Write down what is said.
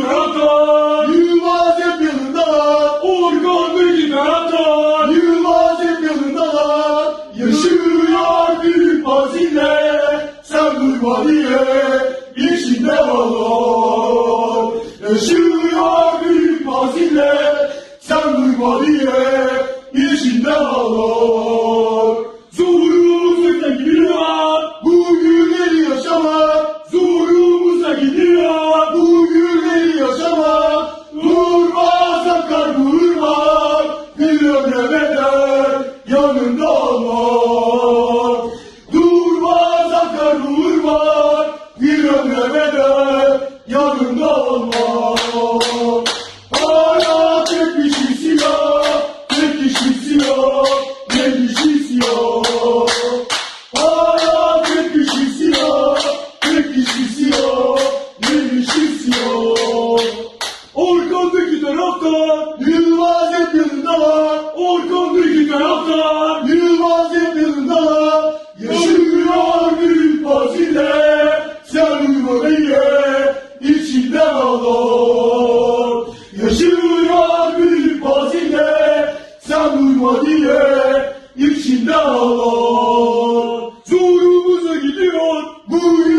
gitar atar. Yılmaz hep yanındalar. Organlı gitar atar. Yılmaz hep yanındalar. Yaşıyor büyük Bazile. Sen duyma diye içinde ağlar. Yaşıyor büyük Bazile. Sen duyma diye içinde ağlar. Zorumuza gidiyor. Bu günleri yaşamak. Zorumuza gidiyor. Bu günleri yaşamak. Durmaz akar durmak. Bir ömre bedel yanında olmak. Durmaz akar durmak. Bir ömre bedel yanında olmak. Hala tek kişisi yok. Tek kişisi yok. Tek kişisi yok. Hala tek kişisi yok. Tek kişisi yok. Tek kişisi yok. Organdaki taraftar. Yılmaz hep yanındalar. Organdaki taraftar. Yılmaz hep yanındalar. Yaşıyor büyük Bazile. Sen uyuma diye içinde ağlar. Yaşıyor büyük Bazile. Sen uyuma diye içinde ağlar. Zorumuza gidiyor. Bu